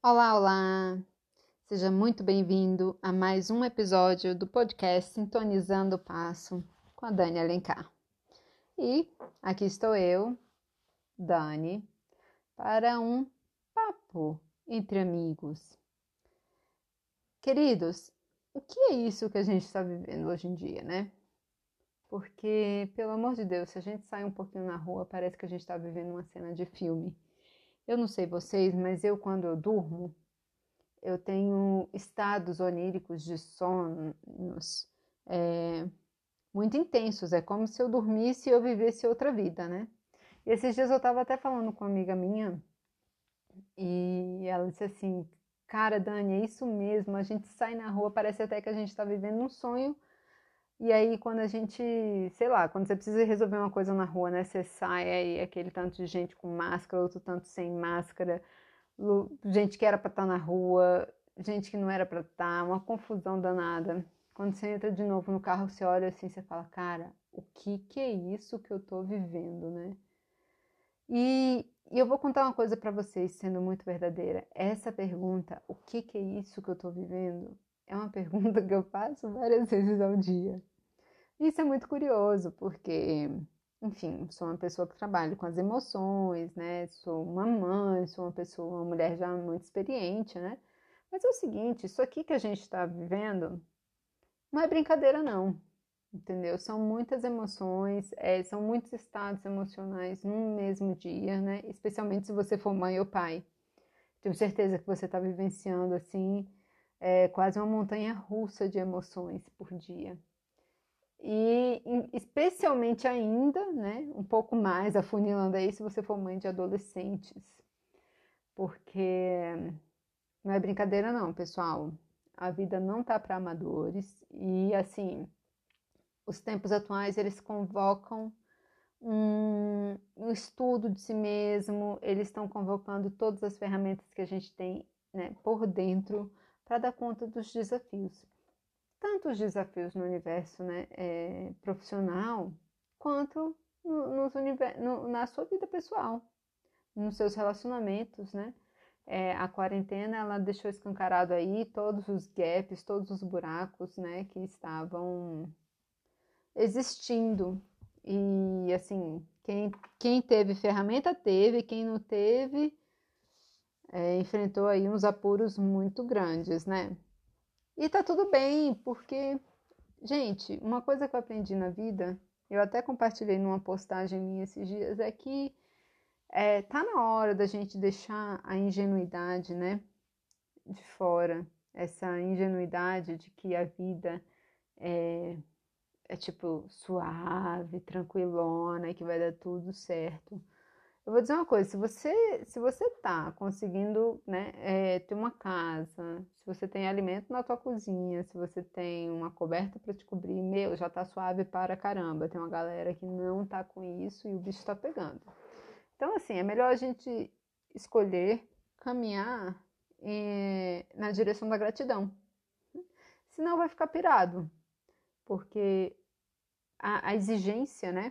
Olá, olá! Seja muito bem-vindo a mais um episódio do podcast Sintonizando o Passo com a Dani Alencar. E aqui estou eu, Dani, para um papo entre amigos. Queridos, o que é isso que a gente está vivendo hoje em dia, né? Porque, pelo amor de Deus, se a gente sai um pouquinho na rua, parece que a gente está vivendo uma cena de filme. Eu não sei vocês, mas quando eu durmo, eu tenho estados oníricos de sonhos muito intensos. É como se eu dormisse e eu vivesse outra vida, né? E esses dias eu estava até falando com uma amiga minha e ela disse assim: Cara, Dani, é isso mesmo. A gente sai na rua, parece até que a gente está vivendo um sonho. E aí, quando a gente, sei lá, quando você precisa resolver uma coisa na rua, né? Você sai aí, aquele tanto de gente com máscara, outro tanto sem máscara, gente que era para estar na rua, gente que não era para estar, uma confusão danada. Quando você entra de novo no carro, você olha assim, você fala, cara, o que é isso que eu tô vivendo, né? E eu vou contar uma coisa para vocês, sendo muito verdadeira. Essa pergunta, o que é isso que eu tô vivendo, é uma pergunta que eu faço várias vezes ao dia. Isso é muito curioso, porque, enfim, sou uma pessoa que trabalha com as emoções, né? Sou uma mãe, sou uma mulher já muito experiente, né? Mas é o seguinte, isso aqui que a gente está vivendo não é brincadeira, não, entendeu? São muitas emoções, são muitos estados emocionais num mesmo dia, né? Especialmente se você for mãe ou pai. Tenho certeza que você está vivenciando, assim, quase uma montanha russa de emoções por dia. E especialmente ainda, né, um pouco mais afunilando aí se você for mãe de adolescentes, porque não é brincadeira não, pessoal. A vida não tá para amadores e assim, os tempos atuais eles convocam um estudo de si mesmo, eles estão convocando todas as ferramentas que a gente tem, né, por dentro para dar conta dos desafios. Tanto os desafios no universo, né, profissional, quanto na sua vida pessoal, nos seus relacionamentos, né? A quarentena, ela deixou escancarado aí todos os gaps, todos os buracos, né, que estavam existindo. E, assim, quem teve ferramenta teve, quem não teve, enfrentou aí uns apuros muito grandes, né? E tá tudo bem, porque gente, uma coisa que eu aprendi na vida, eu até compartilhei numa postagem minha esses dias, é que tá na hora da gente deixar a ingenuidade, né, de fora. Essa ingenuidade de que a vida é tipo suave, tranquilona e que vai dar tudo certo. Eu vou dizer uma coisa, se você tá conseguindo, né, ter uma casa, se você tem alimento na tua cozinha, se você tem uma coberta para te cobrir, meu, já tá suave para caramba. Tem uma galera que não tá com isso e o bicho tá pegando. Então, assim, é melhor a gente escolher caminhar na direção da gratidão. Senão vai ficar pirado, porque a exigência, né,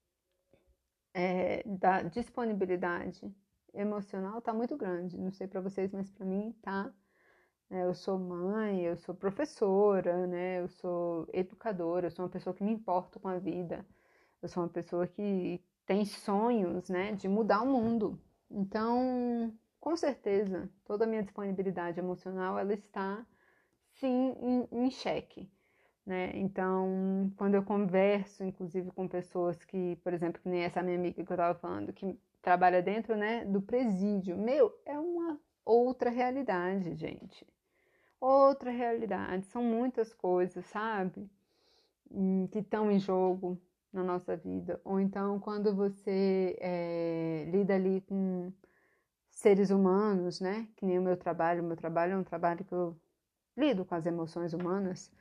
da disponibilidade emocional tá muito grande. Não sei para vocês, mas para mim tá. Eu sou mãe, eu sou professora, né? Eu sou educadora, eu sou uma pessoa que me importo com a vida. Eu sou uma pessoa que tem sonhos, né, de mudar o mundo. Então, com certeza, toda a minha disponibilidade emocional ela está sim em xeque. Né? Então, quando eu converso, inclusive com pessoas que, por exemplo, que nem essa minha amiga que eu estava falando, que trabalha dentro, né, do presídio, meu, é uma outra realidade, gente. Outra realidade. São muitas coisas, sabe? Que estão em jogo na nossa vida. Ou então, quando você lida ali com seres humanos, né? Que nem o meu trabalho é um trabalho que eu lido com as emoções humanas.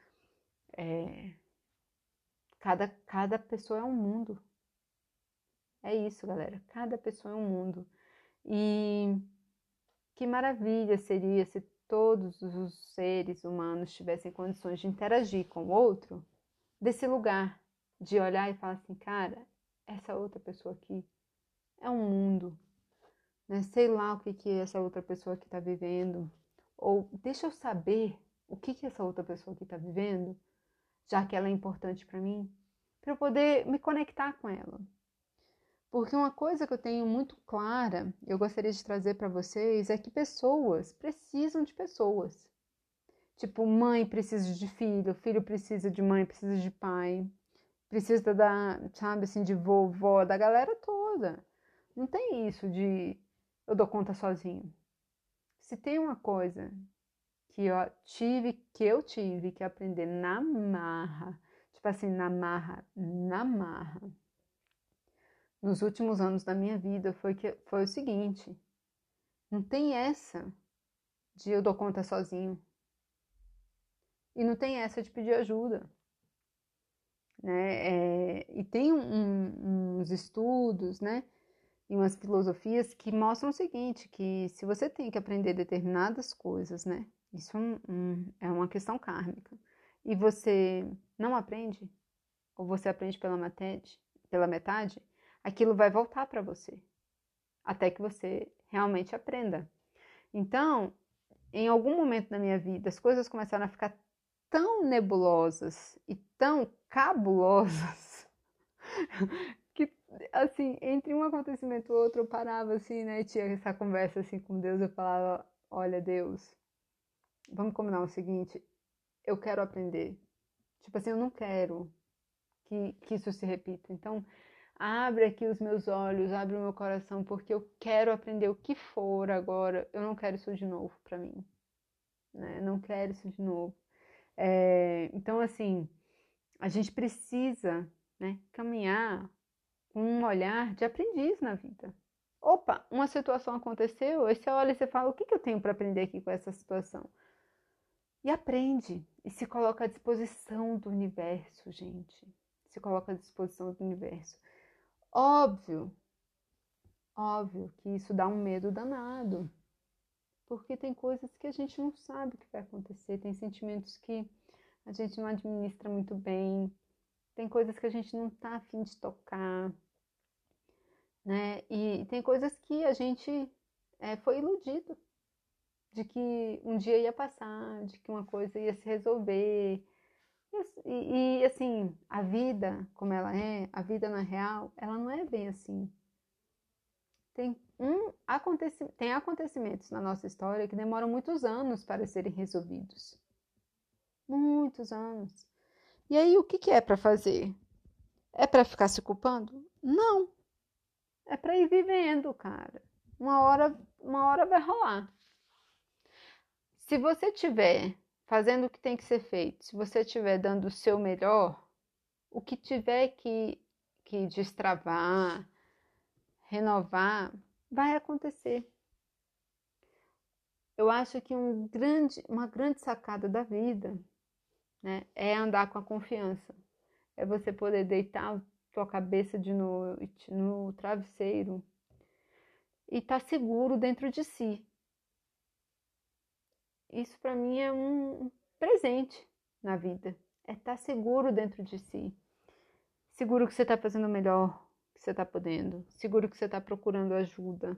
Cada pessoa é um mundo. É isso, galera. Cada pessoa é um mundo. E que maravilha seria se todos os seres humanos tivessem condições de interagir com o outro desse lugar, de olhar e falar assim, cara, essa outra pessoa aqui é um mundo, né? Sei lá o que que essa outra pessoa aqui tá vivendo. Ou deixa eu saber o que que essa outra pessoa aqui tá vivendo, já que ela é importante para mim, para eu poder me conectar com ela. Porque uma coisa que eu tenho muito clara, eu gostaria de trazer para vocês, é que pessoas precisam de pessoas. Tipo, mãe precisa de filho, filho precisa de mãe, precisa de pai, precisa da, sabe, assim, de vovó, da galera toda. Não tem isso de eu dou conta sozinho. Se tem uma coisa que eu tive que aprender na marra, tipo assim, na marra, nos últimos anos da minha vida, foi o seguinte: não tem essa de eu dou conta sozinho. E não tem essa de pedir ajuda. Né? E tem uns estudos, né? E umas filosofias que mostram o seguinte, que se você tem que aprender determinadas coisas, né? Isso é uma questão kármica. E você não aprende, ou você aprende pela metade, aquilo vai voltar para você. Até que você realmente aprenda. Então, em algum momento da minha vida, as coisas começaram a ficar tão nebulosas e tão cabulosas que, assim, entre um acontecimento e outro, eu parava assim, né, e tinha essa conversa assim com Deus, eu falava, olha, Deus, vamos combinar o seguinte, eu quero aprender. Tipo assim, eu não quero que isso se repita. Então, abre aqui os meus olhos, abre o meu coração, porque eu quero aprender o que for agora. Eu não quero isso de novo pra mim, né? Não quero isso de novo. Então, assim, a gente precisa, né, caminhar com um olhar de aprendiz na vida. Opa, uma situação aconteceu, aí você olha e você fala, o que eu tenho para aprender aqui com essa situação? E aprende, e se coloca à disposição do universo, gente. Se coloca à disposição do universo. Óbvio, óbvio que isso dá um medo danado, porque tem coisas que a gente não sabe o que vai acontecer, tem sentimentos que a gente não administra muito bem, tem coisas que a gente não tá afim de tocar, né? E tem coisas que a gente foi iludido de que um dia ia passar, de que uma coisa ia se resolver. E assim, a vida como ela é, a vida na real, ela não é bem assim. Tem acontecimentos na nossa história que demoram muitos anos para serem resolvidos. Muitos anos. E aí, o que é para fazer? É para ficar se culpando? Não. É para ir vivendo, cara. Uma hora vai rolar. Se você estiver fazendo o que tem que ser feito, se você estiver dando o seu melhor, o que tiver que destravar, renovar, vai acontecer. Eu acho que uma grande sacada da vida, né, é andar com a confiança. É você poder deitar a tua cabeça de noite no travesseiro e estar seguro dentro de si. Isso para mim é um presente na vida. É estar seguro dentro de si. Seguro que você está fazendo o melhor que você está podendo. Seguro que você está procurando ajuda.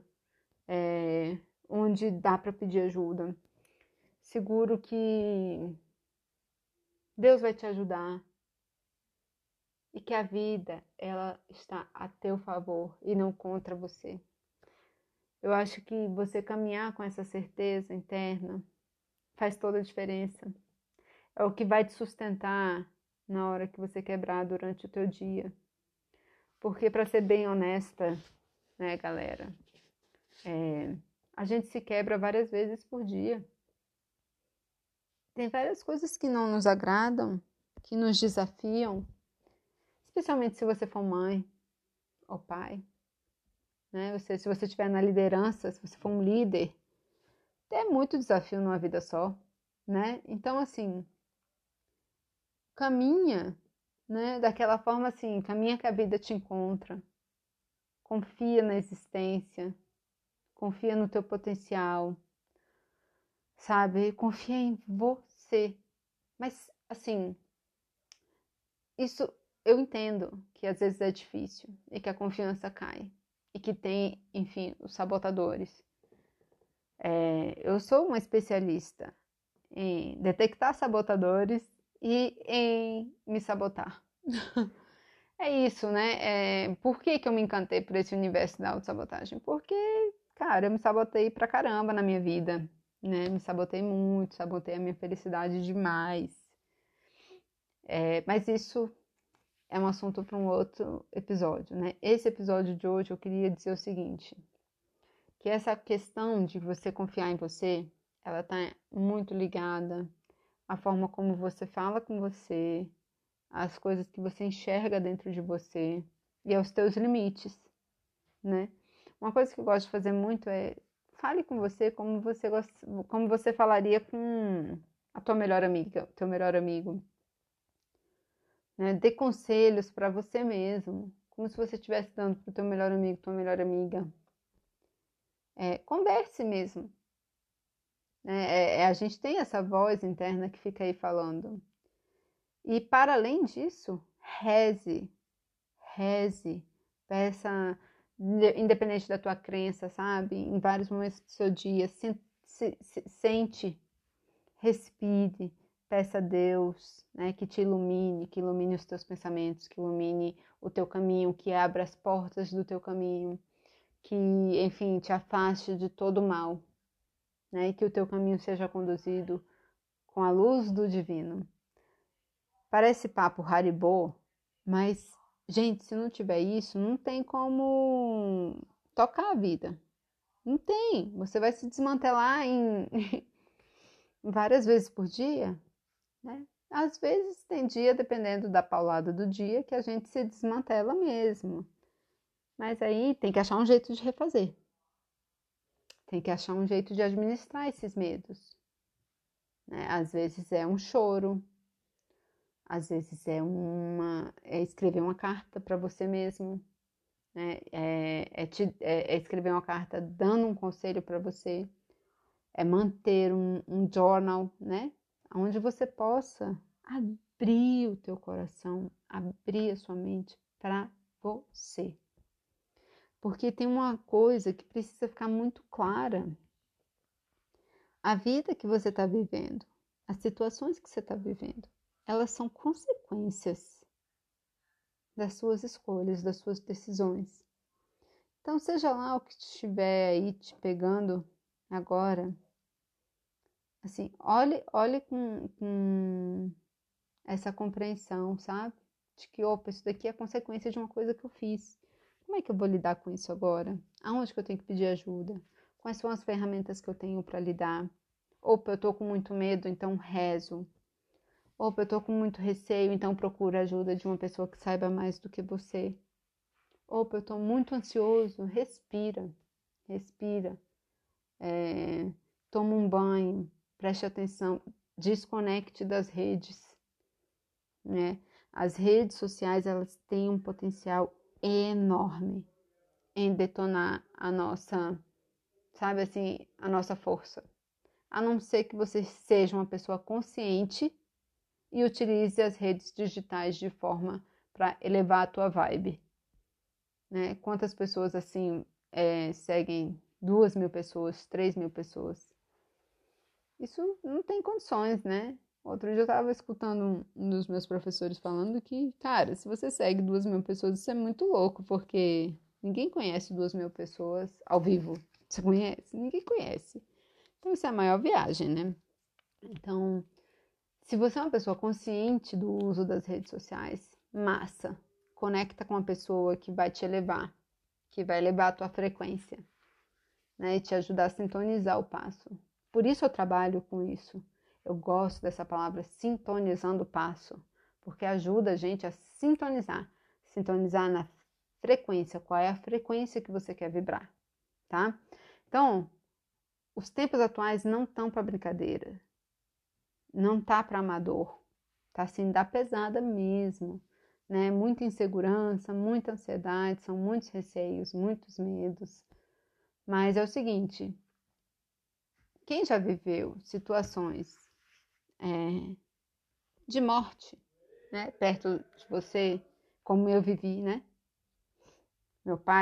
Onde dá para pedir ajuda. Seguro que Deus vai te ajudar. E que a vida, ela está a teu favor e não contra você. Eu acho que você caminhar com essa certeza interna faz toda a diferença. É o que vai te sustentar na hora que você quebrar durante o teu dia. Porque, para ser bem honesta, né, galera, a gente se quebra várias vezes por dia. Tem várias coisas que não nos agradam, que nos desafiam, especialmente se você for mãe ou pai, né? Se você estiver na liderança, se você for um líder, é muito desafio numa vida só, né? Então, assim, caminha, né? Daquela forma assim, caminha que a vida te encontra. Confia na existência, confia no teu potencial, sabe? Confia em você. Mas, assim, isso eu entendo que às vezes é difícil e que a confiança cai. e que tem, enfim, os sabotadores. Eu sou uma especialista em detectar sabotadores e em me sabotar. É isso, né? Por que que eu me encantei por esse universo da autossabotagem? Porque, cara, eu me sabotei pra caramba na minha vida, né? Me sabotei muito, sabotei a minha felicidade demais. Mas isso é um assunto para um outro episódio, né? Esse episódio de hoje eu queria dizer o seguinte, que essa questão de você confiar em você, ela tá muito ligada à forma como você fala com você, às coisas que você enxerga dentro de você e aos teus limites, né? Uma coisa que eu gosto de fazer muito é fale com você como você falaria com a tua melhor amiga, teu melhor amigo, né? Dê conselhos para você mesmo, como se você estivesse dando para o teu melhor amigo, tua melhor amiga. Converse mesmo, né? A gente tem essa voz interna que fica aí falando. E para além disso, reze, reze, peça, independente da tua crença, sabe? Em vários momentos do seu dia, sente, respire, peça a Deus, né, que te ilumine, que ilumine os teus pensamentos, que ilumine o teu caminho, que abra as portas do teu caminho, que, enfim, te afaste de todo o mal, né, e que o teu caminho seja conduzido com a luz do divino. Parece papo Haribo, mas, gente, se não tiver isso, não tem como tocar a vida. Não tem. Você vai se desmantelar em várias vezes por dia, né? Às vezes tem dia, dependendo da paulada do dia, que a gente se desmantela mesmo. Mas aí tem que achar um jeito de refazer. Tem que achar um jeito de administrar esses medos, né? Às vezes é um choro, às vezes é escrever uma carta para você mesmo, né? É escrever uma carta dando um conselho para você, é manter um journal, né? Onde você possa abrir o teu coração, abrir a sua mente para você. Porque tem uma coisa que precisa ficar muito clara. A vida que você está vivendo, as situações que você está vivendo, elas são consequências das suas escolhas, das suas decisões. Então, seja lá o que estiver aí te pegando agora, assim, olhe com essa compreensão, sabe? De que, opa, isso daqui é consequência de uma coisa que eu fiz. Como é que eu vou lidar com isso agora? Aonde que eu tenho que pedir ajuda? Quais são as ferramentas que eu tenho para lidar? Opa, eu tô com muito medo, então rezo. Opa, eu tô com muito receio, então procura ajuda de uma pessoa que saiba mais do que você. Opa, eu tô muito ansioso, respira, respira. Toma um banho, preste atenção, desconecte das redes, né? As redes sociais, elas têm um potencial enorme em detonar a nossa, sabe assim, a nossa força. A não ser que você seja uma pessoa consciente e utilize as redes digitais de forma para elevar a tua vibe, né? Quantas pessoas assim seguem 2.000 pessoas, 3.000 pessoas? Isso não tem condições, né? Outro dia eu estava escutando um dos meus professores falando que, cara, se você segue 2.000 pessoas, isso é muito louco, porque ninguém conhece 2.000 pessoas ao vivo. Você conhece? Ninguém conhece. Então, isso é a maior viagem, né? Então, se você é uma pessoa consciente do uso das redes sociais, massa. Conecta com uma pessoa que vai te elevar, que vai elevar a tua frequência, né? E te ajudar a sintonizar o passo. Por isso eu trabalho com isso. Eu gosto dessa palavra, sintonizando o passo, porque ajuda a gente a sintonizar. Sintonizar na frequência. Qual é a frequência que você quer vibrar, tá? Então, os tempos atuais não estão para brincadeira. Não tá para amador. Tá assim, da pesada mesmo, né? Muita insegurança, muita ansiedade, são muitos receios, muitos medos. Mas é o seguinte, quem já viveu situações de morte, né? Perto de você, como eu vivi, né? Meu pai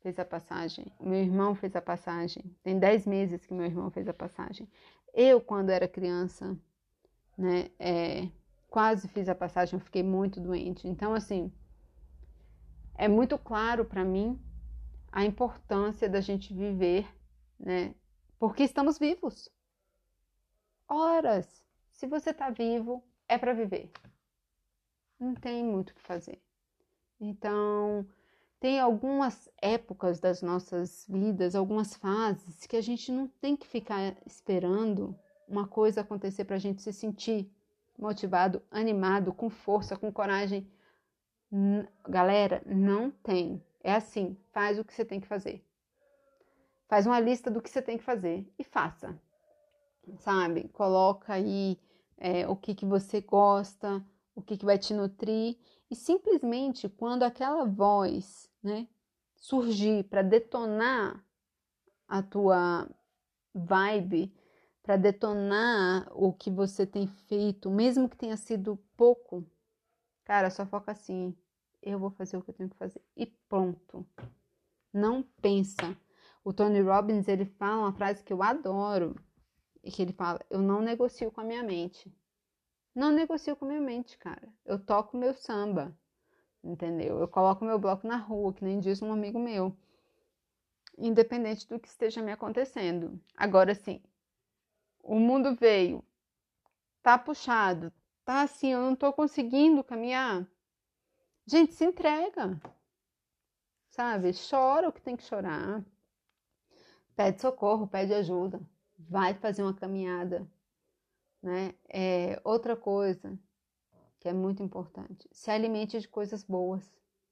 fez a passagem, meu irmão fez a passagem, tem 10 meses que meu irmão fez a passagem. Eu, quando era criança, né, quase fiz a passagem, eu fiquei muito doente. Então, assim, é muito claro para mim a importância da gente viver, né, porque estamos vivos. Horas, se você tá vivo, é para viver. Não tem muito o que fazer. Então, tem algumas épocas das nossas vidas, algumas fases, que a gente não tem que ficar esperando uma coisa acontecer para a gente se sentir motivado, animado, com força, com coragem. Galera, não tem. É assim, faz o que você tem que fazer. Faz uma lista do que você tem que fazer e faça. Sabe? Coloca aí o que você gosta, o que vai te nutrir. E simplesmente quando aquela voz, né, surgir para detonar a tua vibe, para detonar o que você tem feito, mesmo que tenha sido pouco, cara, só foca assim, eu vou fazer o que eu tenho que fazer e pronto. Não pensa. O Tony Robbins, ele fala uma frase que eu adoro, que ele fala, eu não negocio com a minha mente. Não negocio com a minha mente, cara. Eu toco meu samba, entendeu? Eu coloco meu bloco na rua, que nem diz um amigo meu. Independente do que esteja me acontecendo. Agora, sim, o mundo veio, tá puxado, tá assim, eu não tô conseguindo caminhar. Gente, se entrega, sabe? Chora o que tem que chorar. Pede socorro, pede ajuda. Vai fazer uma caminhada, né? Outra coisa que é muito importante, se alimente de coisas boas.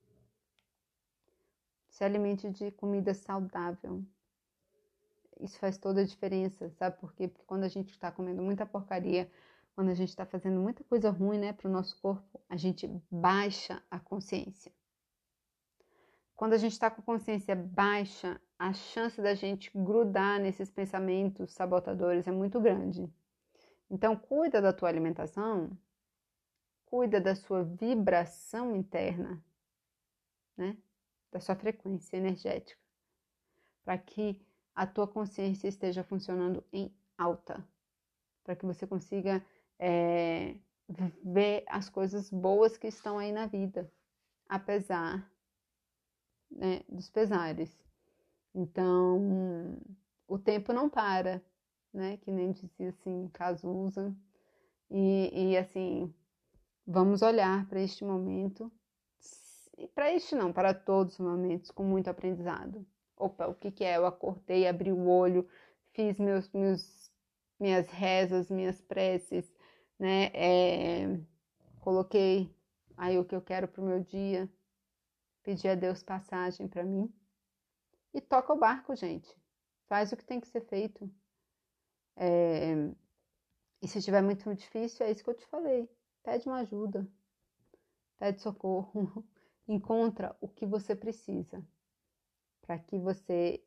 Se alimente de comida saudável. Isso faz toda a diferença, sabe por quê? Porque quando a gente está comendo muita porcaria, quando a gente está fazendo muita coisa ruim, né, para o nosso corpo, a gente baixa a consciência. Quando a gente está com a consciência baixa, a chance da gente grudar nesses pensamentos sabotadores é muito grande. Então, cuida da tua alimentação, cuida da sua vibração interna, né? Da sua frequência energética, para que a tua consciência esteja funcionando em alta, para que você consiga ver as coisas boas que estão aí na vida, apesar, né, dos pesares. Então, o tempo não para, né? Que nem dizia assim, Cazuza. E assim, vamos olhar para este momento, para este não, para todos os momentos, com muito aprendizado. Opa, o que é? Eu acordei, abri o olho, fiz minhas rezas, minhas preces, né? Coloquei aí o que eu quero pro meu dia, pedi a Deus passagem para mim e toca o barco, gente. Faz o que tem que ser feito. E se estiver muito difícil, é isso que eu te falei. Pede uma ajuda, pede socorro, encontra o que você precisa para que você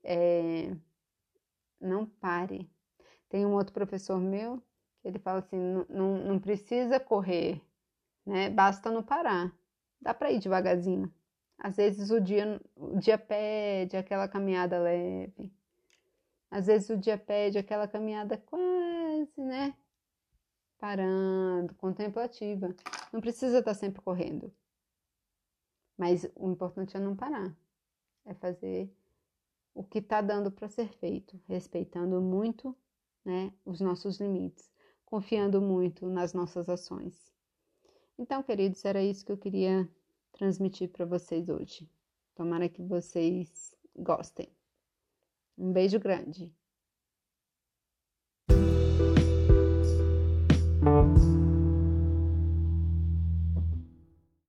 não pare. Tem um outro professor meu que ele fala assim, não precisa correr, né? Basta não parar. Dá para ir devagarzinho. Às vezes o dia pede aquela caminhada leve. Às vezes o dia pede aquela caminhada quase, né? Parando, contemplativa. Não precisa estar sempre correndo. Mas o importante é não parar. É fazer o que está dando para ser feito, respeitando muito, né, os nossos limites, confiando muito nas nossas ações. Então, queridos, era isso que eu queria transmitir para vocês hoje. Tomara que vocês gostem. Um beijo grande.